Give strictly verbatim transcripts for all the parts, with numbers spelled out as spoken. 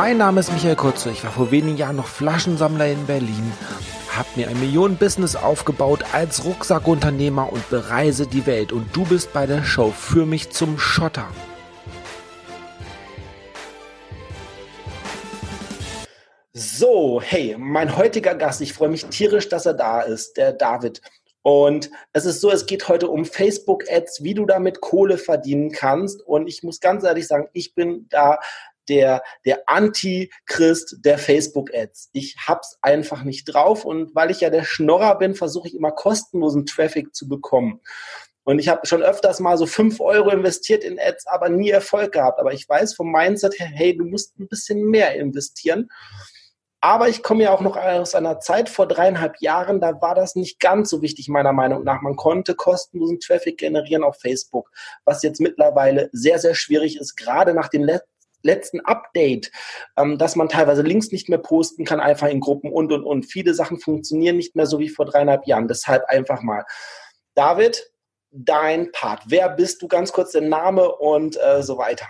Mein Name ist Michael Kurze. Ich war vor wenigen Jahren noch Flaschensammler in Berlin, habe mir ein Millionen-Business aufgebaut als Rucksackunternehmer und bereise die Welt. Und du bist bei der Show Für mich zum Schotter. So, hey, mein heutiger Gast, ich freue mich tierisch, dass er da ist, der David. Und es ist so, es geht heute um Facebook-Ads, wie du damit Kohle verdienen kannst. Und ich muss ganz ehrlich sagen, ich bin da der, der Antichrist der Facebook-Ads. Ich hab's einfach nicht drauf. Und weil ich ja der Schnorrer bin, versuche ich immer kostenlosen Traffic zu bekommen. Und ich habe schon öfters mal so fünf Euro investiert in Ads, aber nie Erfolg gehabt. Aber ich weiß vom Mindset her, hey, du musst ein bisschen mehr investieren. Aber ich komme ja auch noch aus einer Zeit vor dreieinhalb Jahren, da war das nicht ganz so wichtig, meiner Meinung nach. Man konnte kostenlosen Traffic generieren auf Facebook, was jetzt mittlerweile sehr, sehr schwierig ist, gerade nach dem Let- letzten Update, ähm, dass man teilweise Links nicht mehr posten kann, einfach in Gruppen und, und, und. Viele Sachen funktionieren nicht mehr so wie vor dreieinhalb Jahren. Deshalb einfach mal. David, dein Part. Wer bist du? Ganz kurz den Name und äh, so weiter.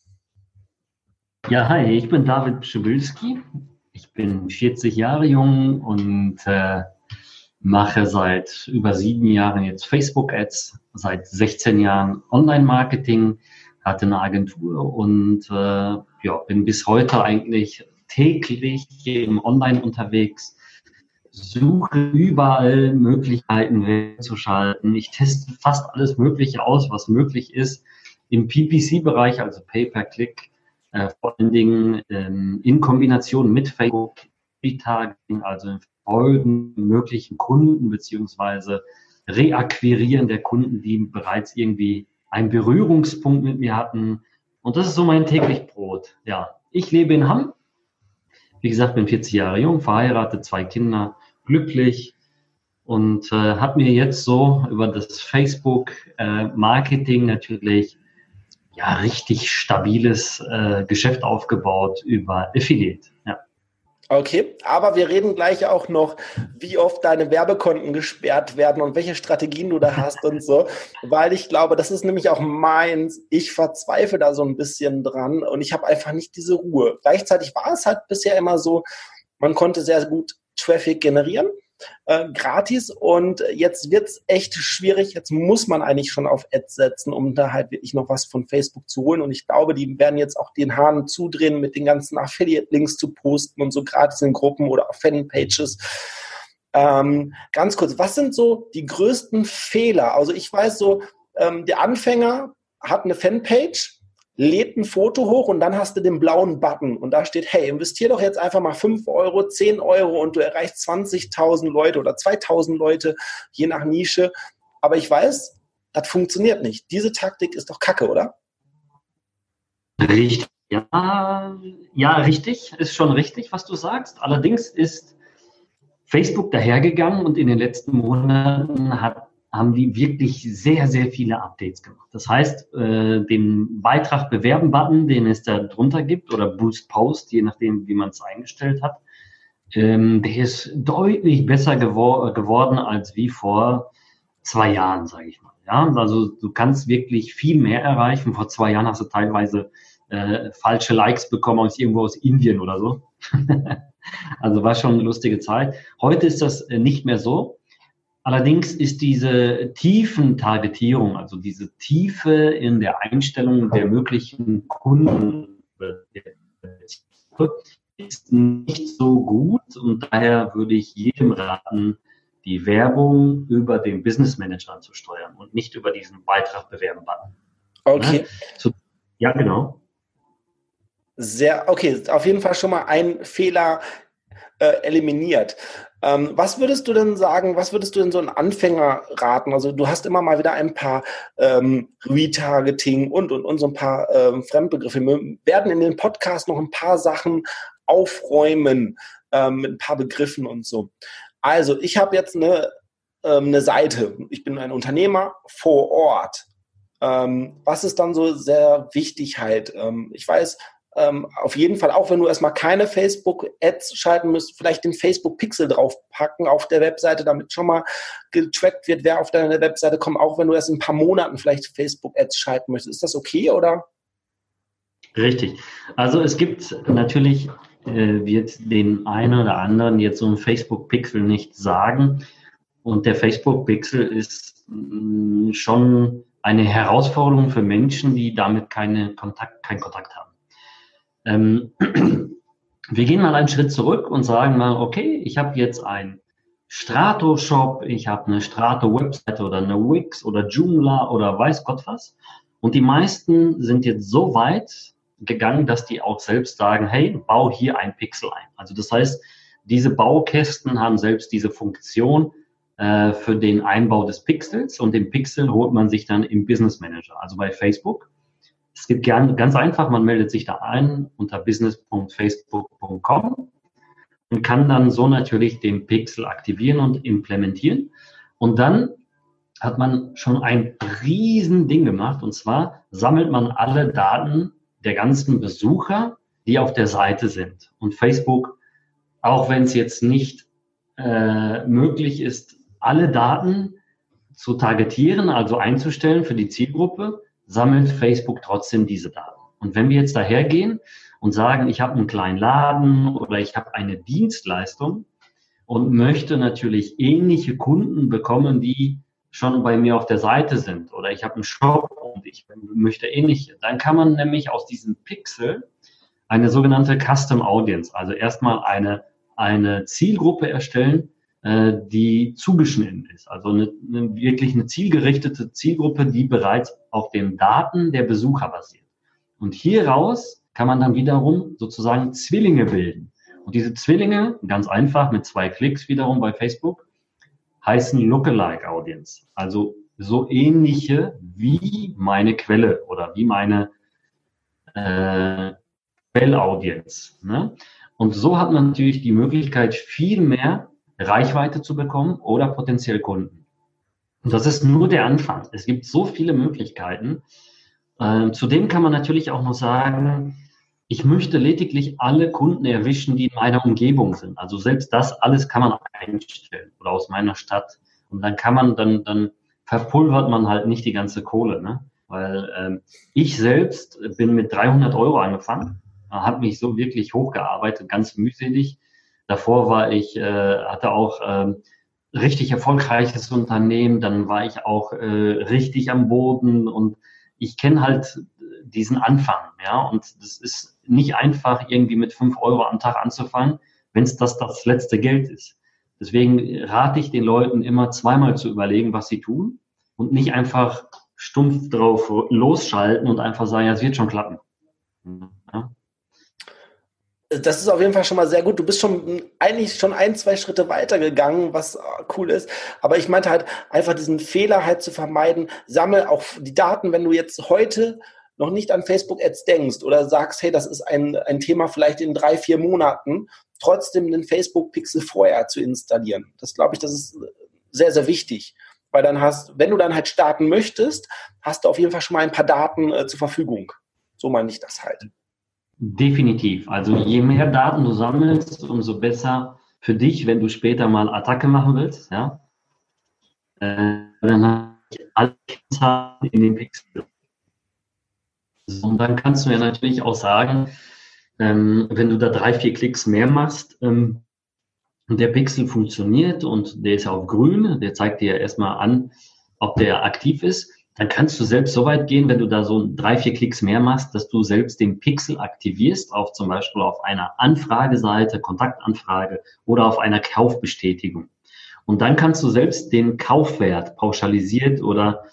Ja, hi, ich bin David Pschibilski. Ich bin vierzig Jahre jung und äh, mache seit über sieben Jahren jetzt Facebook-Ads, seit sechzehn Jahren Online-Marketing, hatte eine Agentur und äh, ja, bin bis heute eigentlich täglich im Online unterwegs, suche überall Möglichkeiten zu schalten. Ich teste fast alles Mögliche aus, was möglich ist im P P C-Bereich, also Pay-per-Click. Äh, vor allen Dingen ähm, in Kombination mit Facebook, Retargeting, also Folgen möglichen Kunden beziehungsweise Reakquirieren der Kunden, die bereits irgendwie einen Berührungspunkt mit mir hatten. Und das ist so mein täglich Brot. Ja, ich lebe in Hamm. Wie gesagt, bin vierzig Jahre jung, verheiratet, zwei Kinder, glücklich und äh, habe mir jetzt so über das Facebook-Marketing äh, natürlich ja, richtig stabiles äh, Geschäft aufgebaut über Affiliate. Ja. Okay, aber wir reden gleich auch noch, wie oft deine Werbekonten gesperrt werden und welche Strategien du da hast und so, weil ich glaube, das ist nämlich auch meins. Ich verzweifle da so ein bisschen dran und ich habe einfach nicht diese Ruhe. Gleichzeitig war es halt bisher immer so, man konnte sehr gut Traffic generieren. Äh, gratis und jetzt wird es echt schwierig. Jetzt muss man eigentlich schon auf Ads setzen, um da halt wirklich noch was von Facebook zu holen und ich glaube, die werden jetzt auch den Hahn zudrehen, mit den ganzen Affiliate-Links zu posten und so gratis in Gruppen oder auf Fanpages. Ähm, ganz kurz, was sind so die größten Fehler? Also ich weiß so, ähm, der Anfänger hat eine Fanpage, lädt ein Foto hoch und dann hast du den blauen Button und da steht, hey, investier doch jetzt einfach mal fünf Euro, zehn Euro und du erreichst zwanzigtausend Leute oder zweitausend Leute, je nach Nische. Aber ich weiß, das funktioniert nicht. Diese Taktik ist doch Kacke, oder? Richtig. Ja, ja, richtig. Ist schon richtig, was du sagst. Allerdings ist Facebook dahergegangen und in den letzten Monaten hat haben die wirklich sehr, sehr viele Updates gemacht. Das heißt, äh, den Beitrag bewerben-Button, den es da drunter gibt, oder Boost Post, je nachdem, wie man es eingestellt hat, ähm, der ist deutlich besser gewor- geworden als wie vor zwei Jahren, sage ich mal. Ja, also du kannst wirklich viel mehr erreichen. Vor zwei Jahren hast du teilweise äh, falsche Likes bekommen aus irgendwo aus Indien oder so. Also war schon eine lustige Zeit. Heute ist das äh, nicht mehr so. Allerdings ist diese Tiefentargetierung, also diese Tiefe in der Einstellung der möglichen Kunden, ist nicht so gut und daher würde ich jedem raten, die Werbung über den Business Manager zu steuern und nicht über diesen Beitrag bewerben-Button. Okay. Ja, so, ja, genau. Sehr, okay, auf jeden Fall schon mal ein Fehler äh, eliminiert. Ähm, was würdest du denn sagen, was würdest du denn so einen Anfänger raten? Also du hast immer mal wieder ein paar ähm, Retargeting und, und, und so ein paar ähm, Fremdbegriffe. Wir werden in dem Podcast noch ein paar Sachen aufräumen ähm, mit ein paar Begriffen und so. Also ich habe jetzt eine, ähm, eine Seite. Ich bin ein Unternehmer vor Ort. Ähm, was ist dann so sehr wichtig halt? Ähm, ich weiß, Ähm, auf jeden Fall, auch wenn du erstmal keine Facebook-Ads schalten müsst, vielleicht den Facebook-Pixel draufpacken auf der Webseite, damit schon mal getrackt wird, wer auf deine Webseite kommt, auch wenn du erst in ein paar Monaten vielleicht Facebook-Ads schalten möchtest. Ist das okay, oder? Richtig. Also es gibt natürlich, äh, wird den einen oder anderen jetzt so ein Facebook-Pixel nicht sagen. Und der Facebook-Pixel ist mh, schon eine Herausforderung für Menschen, die damit keine Kontakt, keinen Kontakt haben. Ähm, wir gehen mal einen Schritt zurück und sagen mal, okay, ich habe jetzt einen Strato-Shop, ich habe eine Strato-Webseite oder eine Wix oder Joomla oder weiß Gott was. Und die meisten sind jetzt so weit gegangen, dass die auch selbst sagen, hey, bau hier ein Pixel ein. Also das heißt, diese Baukästen haben selbst diese Funktion äh, für den Einbau des Pixels und den Pixel holt man sich dann im Business Manager, also bei Facebook. Es gibt gern, ganz einfach, man meldet sich da ein unter business punkt facebook punkt com und kann dann so natürlich den Pixel aktivieren und implementieren. Und dann hat man schon ein riesen Ding gemacht, und zwar sammelt man alle Daten der ganzen Besucher, die auf der Seite sind. Und Facebook, auch wenn es jetzt nicht äh, möglich ist, alle Daten zu targetieren, also einzustellen für die Zielgruppe, sammelt Facebook trotzdem diese Daten. Und wenn wir jetzt dahergehen und sagen, ich habe einen kleinen Laden oder ich habe eine Dienstleistung und möchte natürlich ähnliche Kunden bekommen, die schon bei mir auf der Seite sind, oder ich habe einen Shop und ich möchte ähnliche, dann kann man nämlich aus diesem Pixel eine sogenannte Custom Audience, also erstmal eine, eine Zielgruppe erstellen, äh, die zugeschnitten ist, also eine, eine, wirklich eine zielgerichtete Zielgruppe, die bereits auf den Daten der Besucher basiert. Und hieraus kann man dann wiederum sozusagen Zwillinge bilden. Und diese Zwillinge, ganz einfach mit zwei Klicks wiederum bei Facebook, heißen Lookalike Audience, also so ähnliche wie meine Quelle oder wie meine äh, Quellaudience. Ne? Und so hat man natürlich die Möglichkeit, viel mehr Reichweite zu bekommen oder potenziell Kunden. Und das ist nur der Anfang. Es gibt so viele Möglichkeiten. Ähm, zudem kann man natürlich auch noch sagen, ich möchte lediglich alle Kunden erwischen, die in meiner Umgebung sind. Also selbst das alles kann man einstellen oder aus meiner Stadt. Und dann kann man, dann, dann verpulvert man halt nicht die ganze Kohle, ne? Weil ähm, ich selbst bin mit dreihundert Euro angefangen, habe mich so wirklich hochgearbeitet, ganz mühselig. Davor war ich, äh, hatte auch ähm, richtig erfolgreiches Unternehmen, dann war ich auch äh, richtig am Boden und ich kenne halt diesen Anfang, ja, und das ist nicht einfach, irgendwie mit fünf Euro am Tag anzufangen, wenn es das das letzte Geld ist. Deswegen rate ich den Leuten immer zweimal zu überlegen, was sie tun und nicht einfach stumpf drauf losschalten und einfach sagen, ja, es wird schon klappen. Ja. Das ist auf jeden Fall schon mal sehr gut. Du bist schon eigentlich schon ein, zwei Schritte weiter gegangen, was cool ist. Aber ich meinte halt einfach diesen Fehler halt zu vermeiden. Sammel auch die Daten, wenn du jetzt heute noch nicht an Facebook-Ads denkst oder sagst, hey, das ist ein, ein Thema vielleicht in drei, vier Monaten, trotzdem den Facebook-Pixel vorher zu installieren. Das glaube ich, das ist sehr, sehr wichtig. Weil dann hast, wenn du dann halt starten möchtest, hast du auf jeden Fall schon mal ein paar Daten äh, zur Verfügung. So meine ich das halt. Definitiv. Also je mehr Daten du sammelst, umso besser für dich, wenn du später mal Attacke machen willst. Ja? Äh, dann habe ich alle Kennzahlen in den Pixel. Und dann kannst du ja natürlich auch sagen, ähm, wenn du da drei, vier Klicks mehr machst, ähm, und der Pixel funktioniert und der ist auf grün, der zeigt dir erstmal an, ob der aktiv ist, dann kannst du selbst so weit gehen, wenn du da so drei, vier Klicks mehr machst, dass du selbst den Pixel aktivierst, auf zum Beispiel auf einer Anfrageseite, Kontaktanfrage oder auf einer Kaufbestätigung. Und dann kannst du selbst den Kaufwert pauschalisiert oder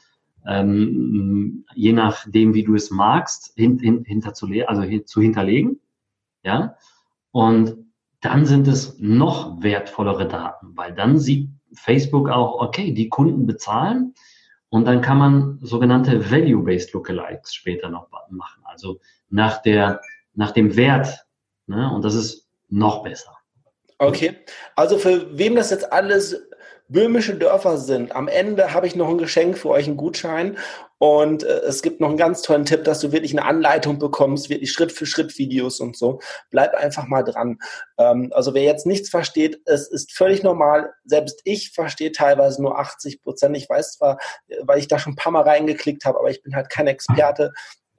ähm, je nachdem, wie du es magst, hin, hin, hinterzule- also hin, zu hinterlegen. Ja, und dann sind es noch wertvollere Daten, weil dann sieht Facebook auch, okay, die Kunden bezahlen und dann kann man sogenannte Value-Based Lookalikes später noch machen, also nach der, nach dem Wert, ne? Und das ist noch besser. Okay, also für wem das jetzt alles böhmische Dörfer sind, am Ende habe ich noch ein Geschenk für euch, einen Gutschein. Und äh, es gibt noch einen ganz tollen Tipp, dass du wirklich eine Anleitung bekommst, wirklich Schritt für Schritt Videos und so. Bleib einfach mal dran. Ähm, also wer jetzt nichts versteht, es ist völlig normal. Selbst ich verstehe teilweise nur achtzig Prozent. Ich weiß zwar, weil ich da schon ein paar Mal reingeklickt habe, aber ich bin halt kein Experte.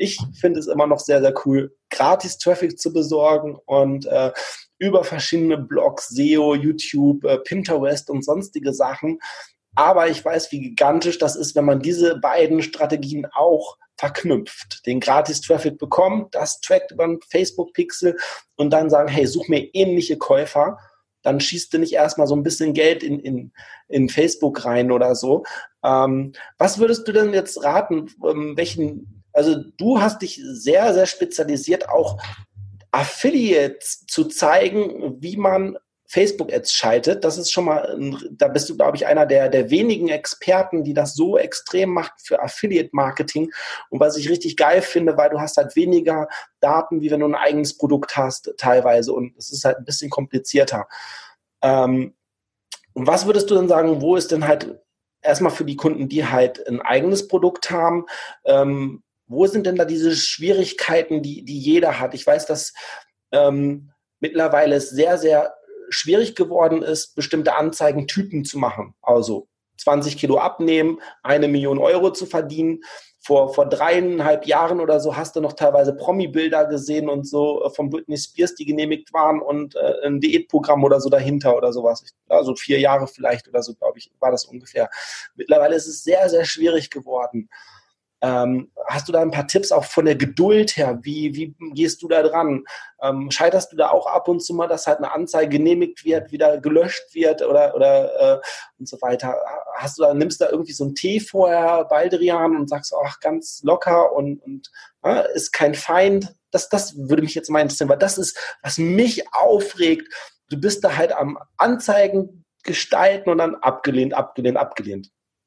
Ich finde es immer noch sehr, sehr cool, gratis Traffic zu besorgen und äh, über verschiedene Blogs, S E O, YouTube, äh, Pinterest und sonstige Sachen. Aber ich weiß, wie gigantisch das ist, wenn man diese beiden Strategien auch verknüpft. Den Gratis-Traffic bekommt, das trackt über einen Facebook-Pixel und dann sagen, hey, such mir ähnliche Käufer. Dann schießt du nicht erstmal so ein bisschen Geld in, in, in Facebook rein oder so. Ähm, was würdest du denn jetzt raten, ähm, welchen, also du hast dich sehr, sehr spezialisiert, auch Affiliates zu zeigen, wie man Facebook-Ads schaltet. Das ist schon mal, ein, da bist du, glaube ich, einer der, der wenigen Experten, die das so extrem macht für Affiliate-Marketing. Und was ich richtig geil finde, weil du hast halt weniger Daten, wie wenn du ein eigenes Produkt hast, teilweise. Und es ist halt ein bisschen komplizierter. Ähm, und was würdest du denn sagen, wo ist denn halt erstmal für die Kunden, die halt ein eigenes Produkt haben, ähm, wo sind denn da diese Schwierigkeiten, die, die jeder hat? Ich weiß, dass ähm, mittlerweile es sehr, sehr schwierig geworden ist, bestimmte Anzeigentypen zu machen. Also zwanzig Kilo abnehmen, eine Million Euro zu verdienen. Vor, vor dreieinhalb Jahren oder so hast du noch teilweise Promi-Bilder gesehen und so von Britney Spears, die genehmigt waren und äh, ein Diätprogramm oder so dahinter oder sowas. Also vier Jahre vielleicht oder so, glaube ich, war das ungefähr. Mittlerweile ist es sehr, sehr schwierig geworden. Ähm, hast du da ein paar Tipps auch von der Geduld her? Wie, wie gehst du da dran? Ähm, scheiterst du da auch ab und zu mal, dass halt eine Anzeige genehmigt wird, wieder gelöscht wird oder, oder äh, und so weiter? Hast du da, nimmst du da irgendwie so einen Tee vorher, Baldrian, und sagst, ach, ganz locker und, und äh, ist kein Feind? Das, das würde mich jetzt mal interessieren, weil das ist, was mich aufregt. Du bist da halt am Anzeigen gestalten und dann abgelehnt, abgelehnt, abgelehnt.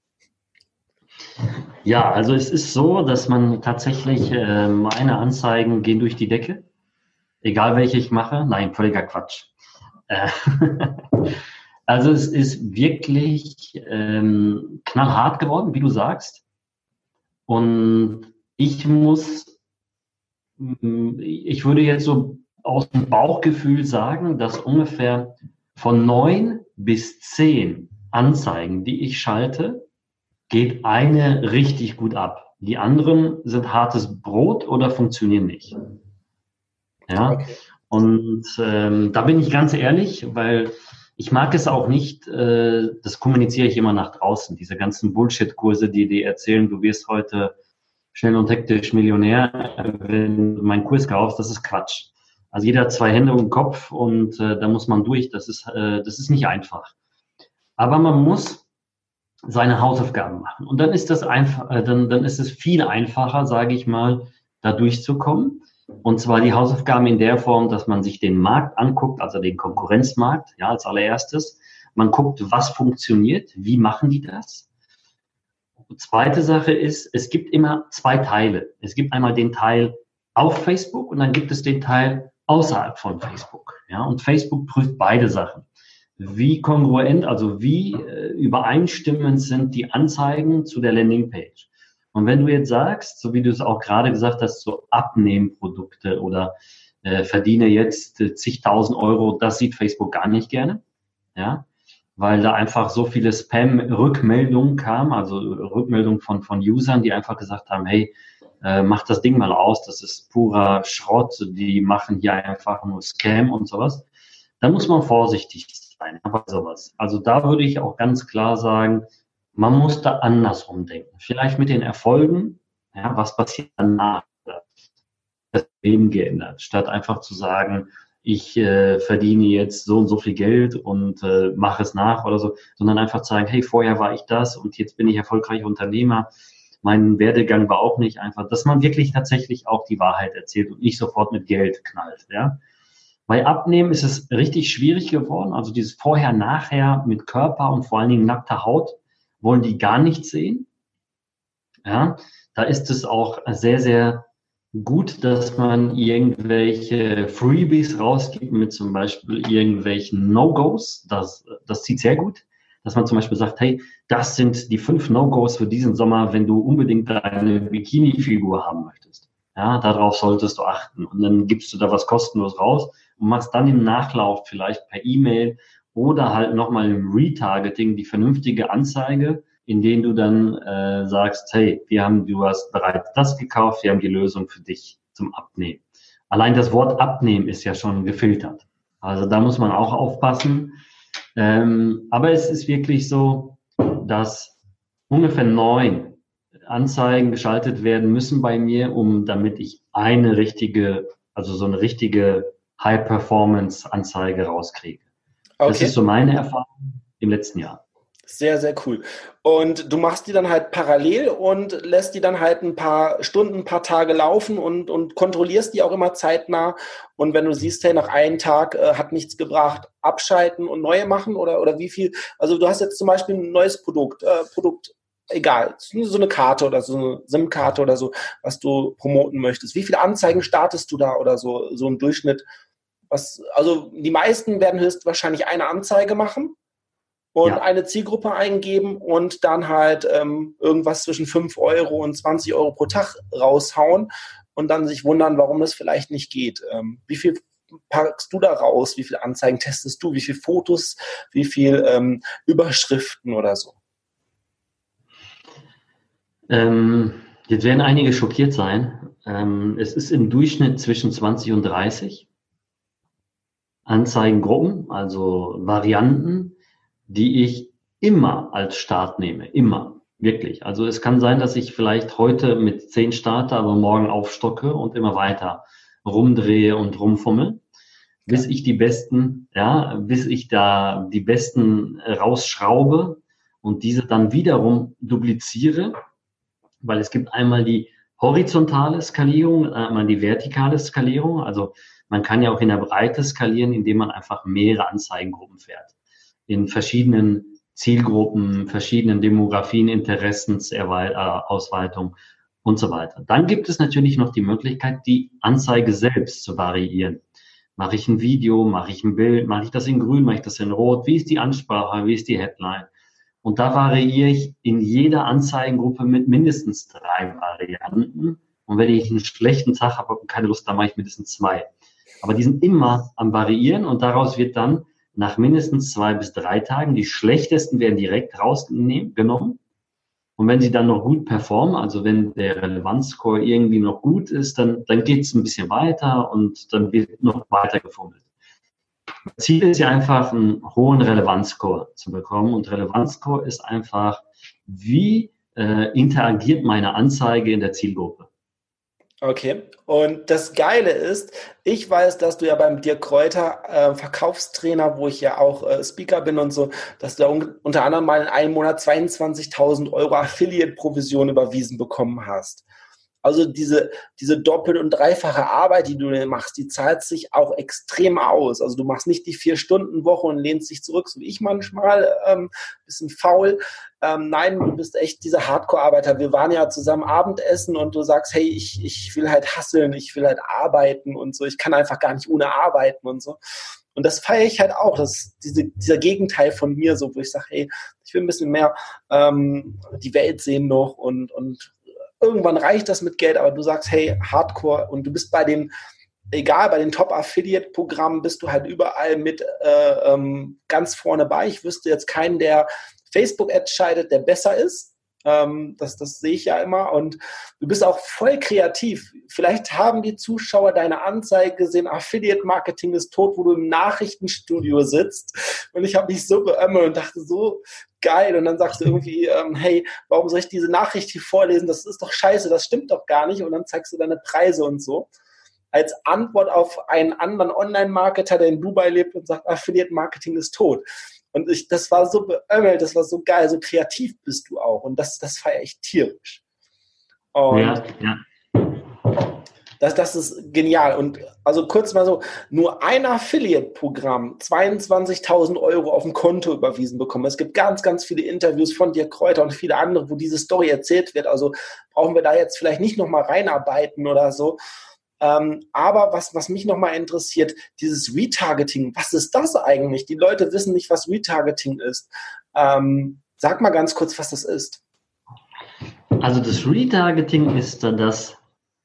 Ja, also es ist so, dass man tatsächlich, äh, meine Anzeigen gehen durch die Decke, egal welche ich mache. Nein, völliger Quatsch. Äh, also es ist wirklich ähm, knallhart geworden, wie du sagst. Und ich muss, ich würde jetzt so aus dem Bauchgefühl sagen, dass ungefähr von neun bis zehn Anzeigen, die ich schalte, geht eine richtig gut ab. Die anderen sind hartes Brot oder funktionieren nicht. Ja, okay. Und ähm, da bin ich ganz ehrlich, weil ich mag es auch nicht, äh, das kommuniziere ich immer nach draußen, diese ganzen Bullshit-Kurse, die dir erzählen, du wirst heute schnell und hektisch Millionär, wenn du meinen Kurs kaufst, das ist Quatsch. Also jeder hat zwei Hände und einen Kopf und äh, da muss man durch, das ist, äh, das ist nicht einfach. Aber man muss seine Hausaufgaben machen. Und dann ist das einfach, äh, dann, dann ist es viel einfacher, sage ich mal, da durchzukommen. Und zwar die Hausaufgaben in der Form, dass man sich den Markt anguckt, also den Konkurrenzmarkt, ja, als allererstes. Man guckt, was funktioniert, wie machen die das. Die zweite Sache ist, es gibt immer zwei Teile. Es gibt einmal den Teil auf Facebook und dann gibt es den Teil außerhalb von Facebook. Ja, und Facebook prüft beide Sachen. Wie kongruent, also wie äh, übereinstimmend sind die Anzeigen zu der Landingpage. Und wenn du jetzt sagst, so wie du es auch gerade gesagt hast, so Abnehmprodukte oder äh, verdiene jetzt äh, zigtausend Euro, das sieht Facebook gar nicht gerne, ja, weil da einfach so viele Spam-Rückmeldungen kamen, also Rückmeldungen von von Usern, die einfach gesagt haben, hey, äh, mach das Ding mal aus, das ist purer Schrott, die machen hier einfach nur Scam und sowas. Da muss man vorsichtig sein, aber sowas. Also da würde ich auch ganz klar sagen, man muss da andersrum denken. Vielleicht mit den Erfolgen, ja, was passiert danach? Das Leben geändert, statt einfach zu sagen, ich äh, verdiene jetzt so und so viel Geld und äh, mache es nach oder so, sondern einfach zu sagen, hey, vorher war ich das und jetzt bin ich erfolgreicher Unternehmer. Mein Werdegang war auch nicht einfach, dass man wirklich tatsächlich auch die Wahrheit erzählt und nicht sofort mit Geld knallt, ja. Bei Abnehmen ist es richtig schwierig geworden. Also dieses Vorher-Nachher mit Körper und vor allen Dingen nackter Haut wollen die gar nicht sehen. Ja, da ist es auch sehr, sehr gut, dass man irgendwelche Freebies rausgibt mit zum Beispiel irgendwelchen No-Gos. Das, das zieht sehr gut, dass man zum Beispiel sagt, hey, das sind die fünf No-Gos für diesen Sommer, wenn du unbedingt deine Bikini-Figur haben möchtest. Ja, darauf solltest du achten. Und dann gibst du da was kostenlos raus und machst dann im Nachlauf vielleicht per E-Mail oder halt nochmal im Retargeting die vernünftige Anzeige in denen du dann äh, sagst, hey, wir haben, du hast bereits das gekauft, wir haben die Lösung für dich zum Abnehmen. Allein das Wort Abnehmen ist ja schon gefiltert. Also da muss man auch aufpassen. Ähm, aber es ist wirklich so, dass ungefähr neun Anzeigen geschaltet werden müssen bei mir, um damit ich eine richtige, also so eine richtige High-Performance-Anzeige rauskriege. Okay. Das ist so meine Erfahrung im letzten Jahr. Sehr, sehr cool. Und du machst die dann halt parallel und lässt die dann halt ein paar Stunden, ein paar Tage laufen und, und kontrollierst die auch immer zeitnah. Und wenn du siehst, hey, nach einem Tag äh, hat nichts gebracht, abschalten und neue machen oder, oder wie viel? Also du hast jetzt zum Beispiel ein neues Produkt, äh, Produkt, egal, so eine Karte oder so eine SIM-Karte oder so, was du promoten möchtest. Wie viele Anzeigen startest du da oder so, so im Durchschnitt? Was, also die meisten werden höchstwahrscheinlich eine Anzeige machen und ja. eine Zielgruppe eingeben und dann halt ähm, irgendwas zwischen fünf Euro und zwanzig Euro pro Tag raushauen und dann sich wundern, warum das vielleicht nicht geht. Ähm, wie viel packst du da raus? Wie viele Anzeigen testest du? Wie viele Fotos? Wie viele ähm, Überschriften oder so? Ähm, jetzt werden einige schockiert sein. Ähm, es ist im Durchschnitt zwischen zwanzig und dreißig Anzeigengruppen, also Varianten, die ich immer als Start nehme, immer, wirklich. Also es kann sein, dass ich vielleicht heute mit zehn starte, aber morgen aufstocke und immer weiter rumdrehe und rumfummel, bis ich die besten, ja, bis ich da die besten rausschraube und diese dann wiederum dupliziere, weil es gibt einmal die horizontale Skalierung, einmal die vertikale Skalierung, also man kann ja auch in der Breite skalieren, indem man einfach mehrere Anzeigengruppen fährt. In verschiedenen Zielgruppen, verschiedenen Demografien, Interessensausweitung und so weiter. Dann gibt es natürlich noch die Möglichkeit, die Anzeige selbst zu variieren. Mache ich ein Video, mache ich ein Bild, mache ich das in grün, mache ich das in rot, wie ist die Ansprache, wie ist die Headline? Und da variiere ich in jeder Anzeigengruppe mit mindestens drei Varianten. Und wenn ich einen schlechten Tag habe und keine Lust, dann mache ich mindestens zwei. Aber die sind immer am Variieren und daraus wird dann nach mindestens zwei bis drei Tagen, die schlechtesten werden direkt rausgenommen. Und wenn sie dann noch gut performen, also wenn der Relevanzscore irgendwie noch gut ist, dann, dann geht es ein bisschen weiter und dann wird noch weiter gefummelt. Ziel ist ja einfach, einen hohen Relevanzscore zu bekommen. Und Relevanzscore ist einfach, wie äh, interagiert meine Anzeige in der Zielgruppe. Okay, und das Geile ist, ich weiß, dass du ja beim Dirk Kräuter äh, Verkaufstrainer, wo ich ja auch äh, Speaker bin und so, dass du da un- unter anderem mal in einem Monat zweiundzwanzigtausend Euro Affiliate-Provision überwiesen bekommen hast. Also diese, diese doppelt- und dreifache Arbeit, die du machst, die zahlt sich auch extrem aus. Also du machst nicht die Vier-Stunden-Woche und lehnst dich zurück, so wie ich manchmal, ähm, bisschen faul. Ähm, nein, du bist echt dieser Hardcore-Arbeiter. Wir waren ja zusammen Abendessen und du sagst, hey, ich, ich will halt hustlen, ich will halt arbeiten und so. Ich kann einfach gar nicht ohne arbeiten und so. Und das feiere ich halt auch, das, diese, dieser Gegenteil von mir, so wo ich sage, hey, ich will ein bisschen mehr ähm, die Welt sehen noch und, und irgendwann reicht das mit Geld, aber du sagst, hey, Hardcore und du bist bei den, egal, bei den Top-Affiliate-Programmen bist du halt überall mit äh, ähm, ganz vorne bei. Ich wüsste jetzt keinen, der Facebook-Ads scheidet, der besser ist. Ähm, das, das sehe ich ja immer und du bist auch voll kreativ. Vielleicht haben die Zuschauer deine Anzeige gesehen, Affiliate-Marketing ist tot, wo du im Nachrichtenstudio sitzt und ich habe mich so beömmelt und dachte so, geil. Und dann sagst du irgendwie, ähm, hey, warum soll ich diese Nachricht hier vorlesen? Das ist doch scheiße, das stimmt doch gar nicht. Und dann zeigst du deine Preise und so. Als Antwort auf einen anderen Online-Marketer, der in Dubai lebt und sagt, Affiliate-Marketing ist tot. Und ich, das war so beömmelt, das war so geil, so kreativ bist du auch. Und das, das feiere ich tierisch. Und ja, ja. Das, das ist genial. Und also kurz mal so, nur ein Affiliate-Programm, zweiundzwanzigtausend Euro auf dem Konto überwiesen bekommen. Es gibt ganz, ganz viele Interviews von Dirk Kräuter und viele andere, wo diese Story erzählt wird. Also brauchen wir da jetzt vielleicht nicht nochmal reinarbeiten oder so. Ähm, aber was, was mich nochmal interessiert, dieses Retargeting, was ist das eigentlich? Die Leute wissen nicht, was Retargeting ist. Ähm, sag mal ganz kurz, was das ist. Also das Retargeting ist das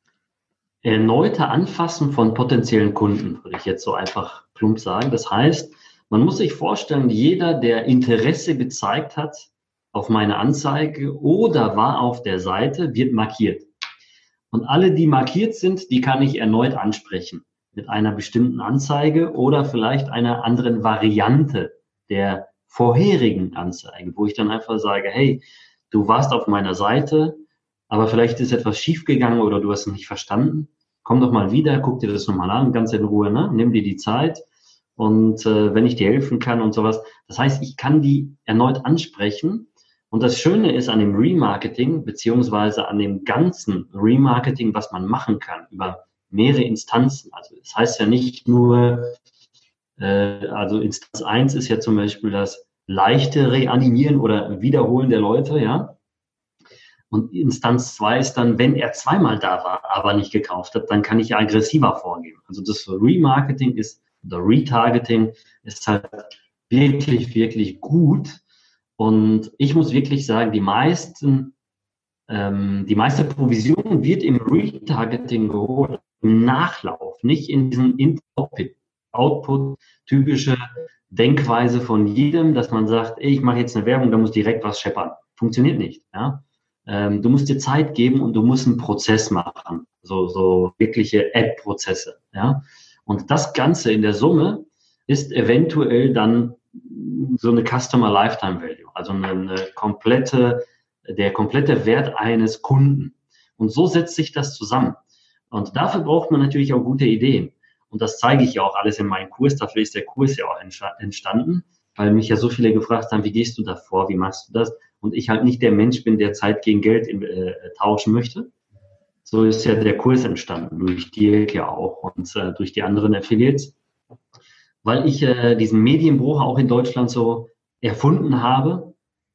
erneute Anfassen von potenziellen Kunden, würde ich jetzt so einfach plump sagen. Das heißt, man muss sich vorstellen, jeder, der Interesse gezeigt hat auf meine Anzeige oder war auf der Seite, wird markiert. Und alle, die markiert sind, die kann ich erneut ansprechen mit einer bestimmten Anzeige oder vielleicht einer anderen Variante der vorherigen Anzeige, wo ich dann einfach sage, hey, du warst auf meiner Seite, aber vielleicht ist etwas schiefgegangen oder du hast es nicht verstanden. Komm doch mal wieder, guck dir das nochmal an, ganz in Ruhe, ne? Nimm dir die Zeit und äh, wenn ich dir helfen kann und sowas. Das heißt, ich kann die erneut ansprechen. Und das Schöne ist an dem Remarketing, beziehungsweise an dem ganzen Remarketing, was man machen kann über mehrere Instanzen. Also das heißt ja nicht nur, äh, also Instanz eins ist ja zum Beispiel das leichte Reanimieren oder Wiederholen der Leute, ja. Und Instanz zwei ist dann, wenn er zweimal da war, aber nicht gekauft hat, dann kann ich aggressiver vorgehen. Also das Remarketing ist, oder Retargeting ist halt wirklich, wirklich gut. Und ich muss wirklich sagen, die meisten, ähm, die meiste Provision wird im Retargeting geholt, im Nachlauf, nicht in diesem Input, Output, typische Denkweise von jedem, dass man sagt, ey, ich mache jetzt eine Werbung, da muss direkt was scheppern. Funktioniert nicht, ja. Ähm, du musst dir Zeit geben und du musst einen Prozess machen, so, so wirkliche Ad-Prozesse, ja. Und das Ganze in der Summe ist eventuell dann so eine Customer Lifetime Value, also eine, eine komplette, der komplette Wert eines Kunden. Und so setzt sich das zusammen. Und dafür braucht man natürlich auch gute Ideen. Und das zeige ich ja auch alles in meinem Kurs. Dafür ist der Kurs ja auch entstanden, weil mich ja so viele gefragt haben, wie gehst du da vor, wie machst du das? Und ich halt nicht der Mensch bin, der Zeit gegen Geld in, äh, tauschen möchte. So ist ja der Kurs entstanden, durch Dirk ja auch und äh, durch die anderen Affiliates. Weil ich äh, diesen Medienbruch auch in Deutschland so erfunden habe,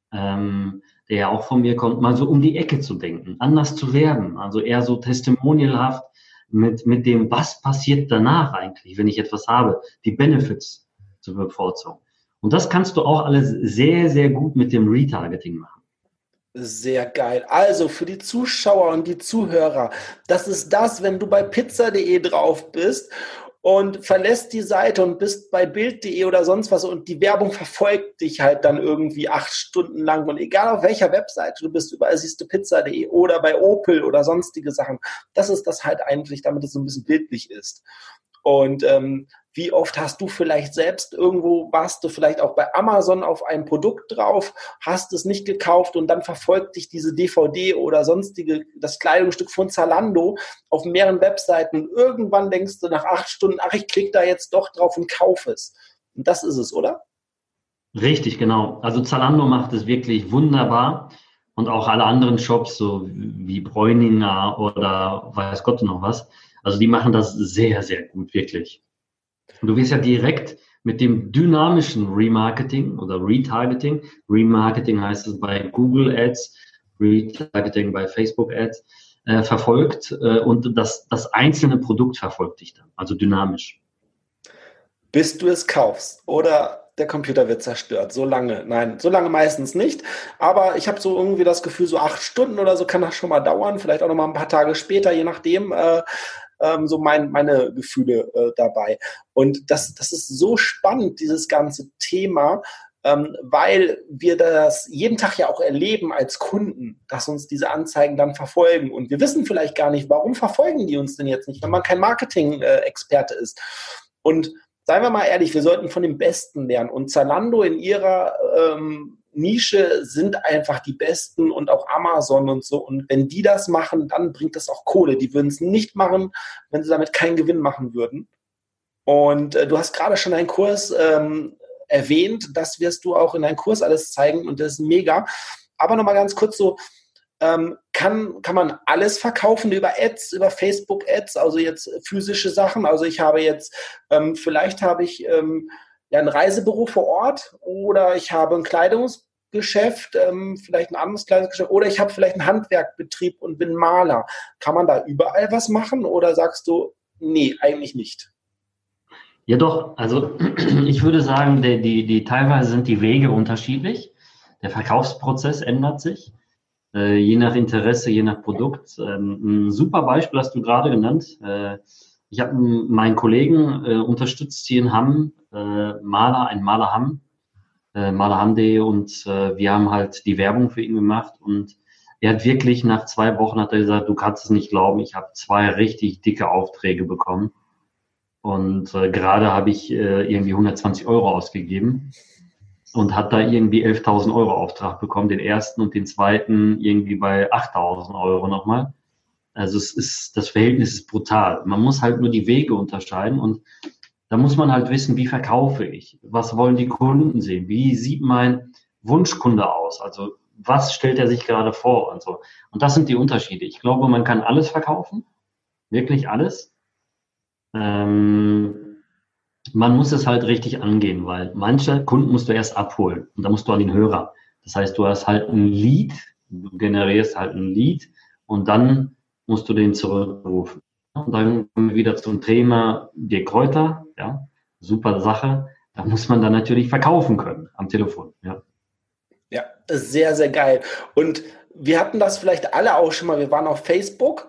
ähm, der ja auch von mir kommt, mal so um die Ecke zu denken, anders zu werben, also eher so testimonialhaft mit, mit dem, was passiert danach eigentlich, wenn ich etwas habe, die Benefits zu bevorzugen. Und das kannst du auch alles sehr, sehr gut mit dem Retargeting machen. Sehr geil. Also für die Zuschauer und die Zuhörer, das ist das, wenn du bei pizza punkt de drauf bist und verlässt die Seite und bist bei bild punkt de oder sonst was und die Werbung verfolgt dich halt dann irgendwie acht Stunden lang und egal auf welcher Webseite du bist, überall siehst du pizza punkt de oder bei Opel oder sonstige Sachen. Das ist das halt eigentlich, damit es so ein bisschen bildlich ist. Und ähm, wie oft hast du vielleicht selbst irgendwo, warst du vielleicht auch bei Amazon auf ein Produkt drauf, hast es nicht gekauft und dann verfolgt dich diese D V D oder sonstige, das Kleidungsstück von Zalando auf mehreren Webseiten und irgendwann denkst du nach acht Stunden, ach, ich klicke da jetzt doch drauf und kaufe es. Und das ist es, oder? Richtig, genau. Also Zalando macht es wirklich wunderbar und auch alle anderen Shops, so wie Bräuninger oder weiß Gott noch was. Also die machen das sehr, sehr gut, wirklich. Und du wirst ja direkt mit dem dynamischen Remarketing oder Retargeting, Remarketing heißt es bei Google Ads, Retargeting bei Facebook Ads, äh, verfolgt äh, und das, das einzelne Produkt verfolgt dich dann, also dynamisch. Bis du es kaufst oder der Computer wird zerstört. So lange, nein, so lange meistens nicht. Aber ich habe so irgendwie das Gefühl, so acht Stunden oder so kann das schon mal dauern, vielleicht auch noch mal ein paar Tage später, je nachdem, äh, ähm, so mein, meine Gefühle äh, dabei. Und das, das ist so spannend, dieses ganze Thema, ähm, weil wir das jeden Tag ja auch erleben als Kunden, dass uns diese Anzeigen dann verfolgen. Und wir wissen vielleicht gar nicht, warum verfolgen die uns denn jetzt nicht, wenn man kein Marketing-Experte ist. Und seien wir mal ehrlich, wir sollten von dem Besten lernen. Und Zalando in ihrer ähm, Nische sind einfach die Besten und auch Amazon und so. Und wenn die das machen, dann bringt das auch Kohle. Die würden es nicht machen, wenn sie damit keinen Gewinn machen würden. Und äh, du hast gerade schon einen Kurs ähm, erwähnt. Das wirst du auch in deinem Kurs alles zeigen und das ist mega. Aber nochmal ganz kurz so, Ähm, kann, kann man alles verkaufen über Ads, über Facebook-Ads, also jetzt physische Sachen. Also ich habe jetzt, ähm, vielleicht habe ich ähm, ja ein Reisebüro vor Ort oder ich habe ein Kleidungsgeschäft, ähm, vielleicht ein anderes Kleidungsgeschäft oder ich habe vielleicht einen Handwerkbetrieb und bin Maler. Kann man da überall was machen oder sagst du, nee, eigentlich nicht? Ja doch, also ich würde sagen, die, die, die teilweise sind die Wege unterschiedlich. Der Verkaufsprozess ändert sich. Äh, je nach Interesse, je nach Produkt. Ähm, ein super Beispiel hast du gerade genannt. Äh, ich habe meinen Kollegen äh, unterstützt hier in Hamm, äh, Maler, ein Maler Hamm. äh, Malahande, und äh, wir haben halt die Werbung für ihn gemacht, und er hat wirklich nach zwei Wochen hat er gesagt, du kannst es nicht glauben, ich habe zwei richtig dicke Aufträge bekommen. Und äh, gerade habe ich äh, irgendwie hundertzwanzig Euro ausgegeben und hat da irgendwie elftausend Euro Auftrag bekommen, den ersten, und den zweiten irgendwie bei achttausend Euro nochmal. Also es ist, das Verhältnis ist brutal. Man muss halt nur die Wege unterscheiden, und da muss man halt wissen, wie verkaufe ich? Was wollen die Kunden sehen? Wie sieht mein Wunschkunde aus? Also was stellt er sich gerade vor und so? Und das sind die Unterschiede. Ich glaube, man kann alles verkaufen, wirklich alles. Ähm, man muss es halt richtig angehen, weil manche Kunden musst du erst abholen, und da musst du an den Hörer. Das heißt, du hast halt ein Lead, du generierst halt ein Lead, und dann musst du den zurückrufen. Und dann kommen wir wieder zum Thema Dirk Kräuter, ja, super Sache. Da muss man dann natürlich verkaufen können am Telefon, ja. Ja, sehr, sehr geil. Und wir hatten das vielleicht alle auch schon mal, wir waren auf Facebook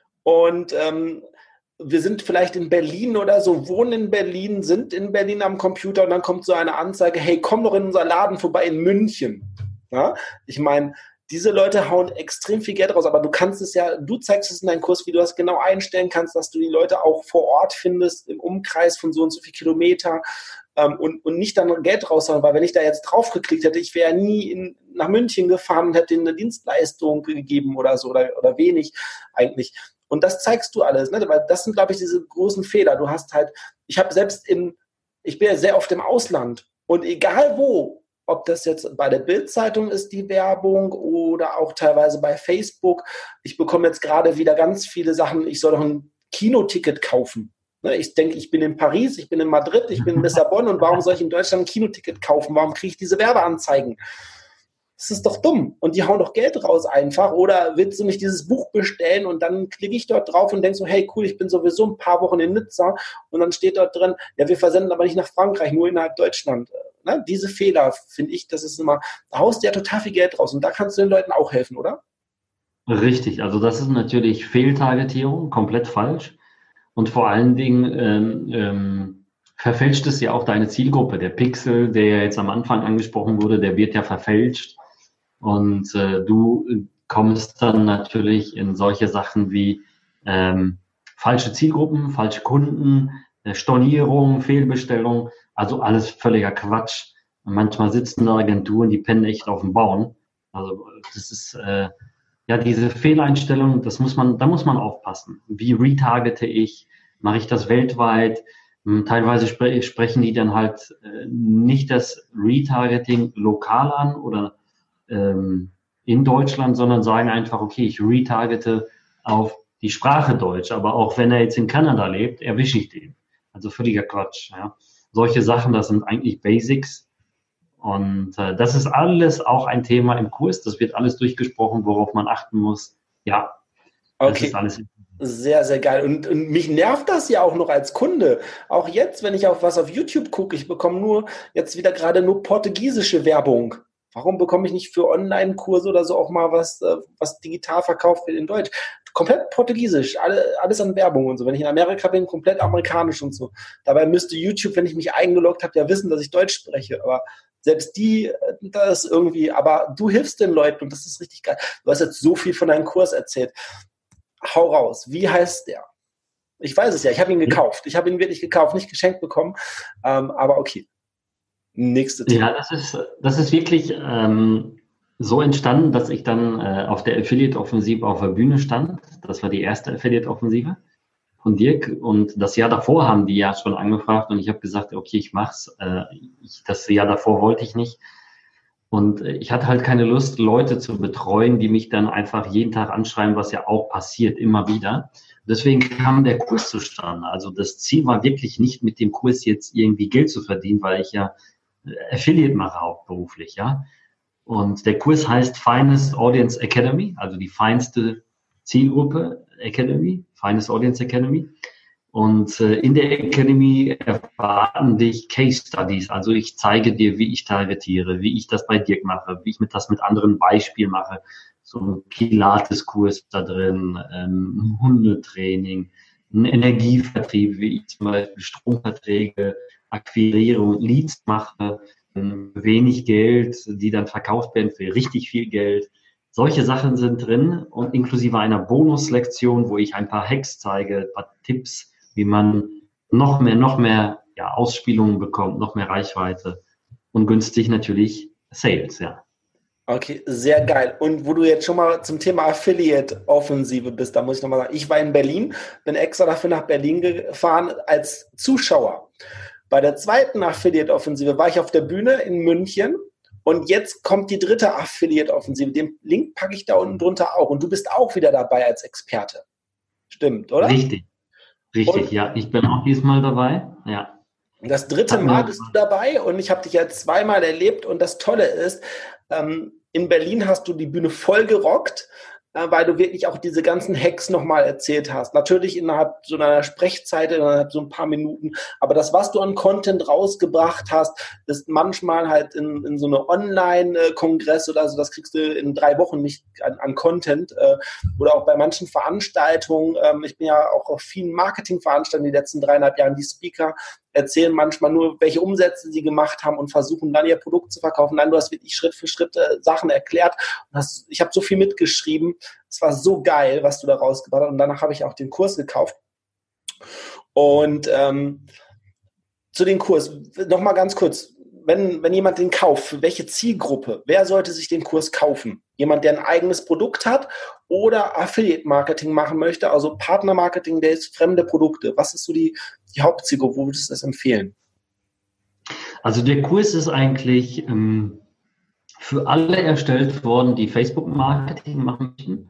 und ähm, wir sind vielleicht in Berlin oder so, wohnen in Berlin, sind in Berlin am Computer, und dann kommt so eine Anzeige, hey, komm doch in unser Laden vorbei in München. Ja? Ich meine, diese Leute hauen extrem viel Geld raus, aber du kannst es ja, du zeigst es in deinem Kurs, wie du das genau einstellen kannst, dass du die Leute auch vor Ort findest, im Umkreis von so und so viel Kilometer, ähm, und, und nicht dann Geld raushauen, weil wenn ich da jetzt drauf geklickt hätte, ich wäre nie in, nach München gefahren und hätte ihnen eine Dienstleistung gegeben oder so, oder, oder wenig eigentlich. Und das zeigst du alles, ne? Weil das sind, glaube ich, diese großen Fehler. Du hast halt, ich habe selbst in, ich bin ja sehr oft im Ausland, und egal wo, ob das jetzt bei der Bild-Zeitung ist, die Werbung, oder auch teilweise bei Facebook. Ich bekomme jetzt gerade wieder ganz viele Sachen, ich soll doch ein Kinoticket kaufen. Ich denke, ich bin in Paris, ich bin in Madrid, ich bin in Lissabon, und warum soll ich in Deutschland ein Kinoticket kaufen? Warum kriege ich diese Werbeanzeigen? Das ist doch dumm. Und die hauen doch Geld raus einfach. Oder willst du nicht dieses Buch bestellen, und dann klicke ich dort drauf und denke so, hey cool, ich bin sowieso ein paar Wochen in Nizza, und dann steht dort drin, ja, wir versenden aber nicht nach Frankreich, nur innerhalb Deutschland. Ne? Diese Fehler, finde ich, das ist immer, da haust du ja total viel Geld raus, und da kannst du den Leuten auch helfen, oder? Richtig, also das ist natürlich Fehltargetierung, komplett falsch. Und vor allen Dingen ähm, ähm, verfälscht es ja auch deine Zielgruppe. Der Pixel, der ja jetzt am Anfang angesprochen wurde, der wird ja verfälscht. Und äh, du kommst dann natürlich in solche Sachen wie ähm, falsche Zielgruppen, falsche Kunden, äh, Stornierung, Fehlbestellung, also alles völliger Quatsch. Und manchmal sitzen da Agenturen, die pennen echt auf dem Bauen. Also das ist äh, ja diese Fehleinstellung, das muss man, da muss man aufpassen. Wie retargete ich? Mache ich das weltweit? Hm, teilweise spre sprechen die dann halt äh, nicht das Retargeting lokal an oder ähm, in Deutschland, sondern sagen einfach, okay, ich retargete auf die Sprache Deutsch, aber auch wenn er jetzt in Kanada lebt, erwische ich den. Also völliger Quatsch. Ja. Solche Sachen, das sind eigentlich Basics. Und äh, das ist alles auch ein Thema im Kurs. Das wird alles durchgesprochen, worauf man achten muss. Ja, das Okay. ist alles. Sehr, sehr geil. Und, und mich nervt das ja auch noch als Kunde. Auch jetzt, wenn ich auf was auf YouTube gucke, ich bekomme nur jetzt wieder gerade nur portugiesische Werbung. Warum bekomme ich nicht für Online-Kurse oder so auch mal was, was digital verkauft wird in Deutsch? Komplett portugiesisch, alle, alles an Werbung und so. Wenn ich in Amerika bin, komplett amerikanisch und so. Dabei müsste YouTube, wenn ich mich eingeloggt habe, ja wissen, dass ich Deutsch spreche. Aber selbst die, das ist irgendwie, aber du hilfst den Leuten, und das ist richtig geil. Du hast jetzt so viel von deinem Kurs erzählt. Hau raus. Wie heißt der? Ich weiß es ja. Ich habe ihn gekauft. Ich habe ihn wirklich gekauft, nicht geschenkt bekommen. Ähm, aber okay. Nächste Thema. Ja, das ist, das ist wirklich ähm, so entstanden, dass ich dann äh, auf der Affiliate-Offensive auf der Bühne stand. Das war die erste Affiliate-Offensive von Dirk. Und das Jahr davor haben die ja schon angefragt, und ich habe gesagt, okay, ich mach's. Äh, ich, das Jahr davor wollte ich nicht. Und ich hatte halt keine Lust, Leute zu betreuen, die mich dann einfach jeden Tag anschreiben, was ja auch passiert, immer wieder. Deswegen kam der Kurs zustande. Also das Ziel war wirklich nicht, mit dem Kurs jetzt irgendwie Geld zu verdienen, weil ich ja Affiliate mache hauptberuflich, ja. Und der Kurs heißt Finest Audience Academy, also die feinste Zielgruppe Academy, Finest Audience Academy. Und äh, in der Academy erwarten dich Case Studies. Also ich zeige dir, wie ich targetiere, wie ich das bei Dirk mache, wie ich mit das mit anderen Beispielen mache. So ein Pilates-Kurs da drin, ähm, Hundetraining, ein Energievertrieb, wie ich zum Beispiel Stromverträge akquiriere und Leads mache. wenig Geld, die dann verkauft werden für richtig viel Geld. Solche Sachen sind drin und inklusive einer Bonuslektion, wo ich ein paar Hacks zeige, ein paar Tipps, wie man noch mehr, noch mehr ja, Ausspielungen bekommt, noch mehr Reichweite und günstig natürlich Sales, ja. Okay, sehr geil. Und wo du jetzt schon mal zum Thema Affiliate-Offensive bist, da muss ich nochmal sagen, ich war in Berlin, bin extra dafür nach Berlin gefahren als Zuschauer. Bei der zweiten Affiliate-Offensive war ich auf der Bühne in München und jetzt kommt die dritte Affiliate-Offensive. Den Link packe ich da unten drunter auch und du bist auch wieder dabei als Experte. Stimmt, oder? Richtig, richtig, und ja. Ich bin auch diesmal dabei, ja. Das dritte Mal bist du dabei und ich habe dich jetzt zweimal erlebt und das Tolle ist, ähm, in Berlin hast du die Bühne voll gerockt, äh, weil du wirklich auch diese ganzen Hacks nochmal erzählt hast. Natürlich innerhalb so einer Sprechzeit, innerhalb so ein paar Minuten, aber das, was du an Content rausgebracht hast, ist manchmal halt in, in so eine Online-Kongress oder so, das kriegst du in drei Wochen nicht an, an Content äh, oder auch bei manchen Veranstaltungen. Ähm, ich bin ja auch auf vielen Marketingveranstaltungen die letzten dreieinhalb Jahre, die Speaker erzählen manchmal nur, welche Umsätze sie gemacht haben und versuchen dann ihr Produkt zu verkaufen. Nein, du hast wirklich Schritt für Schritt äh, Sachen erklärt. Und hast, ich habe so viel mitgeschrieben. Es war so geil, was du da rausgebracht hast. Und danach habe ich auch den Kurs gekauft. Und ähm, zu dem Kurs, nochmal ganz kurz, wenn, wenn jemand den kauft, für welche Zielgruppe, wer sollte sich den Kurs kaufen? Jemand, der ein eigenes Produkt hat oder Affiliate-Marketing machen möchte, also Partner-Marketing, der ist fremde Produkte. Was ist so die, die Hauptzielgruppe? Wo würdest du das empfehlen? Also der Kurs ist eigentlich ähm, für alle erstellt worden, die Facebook-Marketing machen möchten.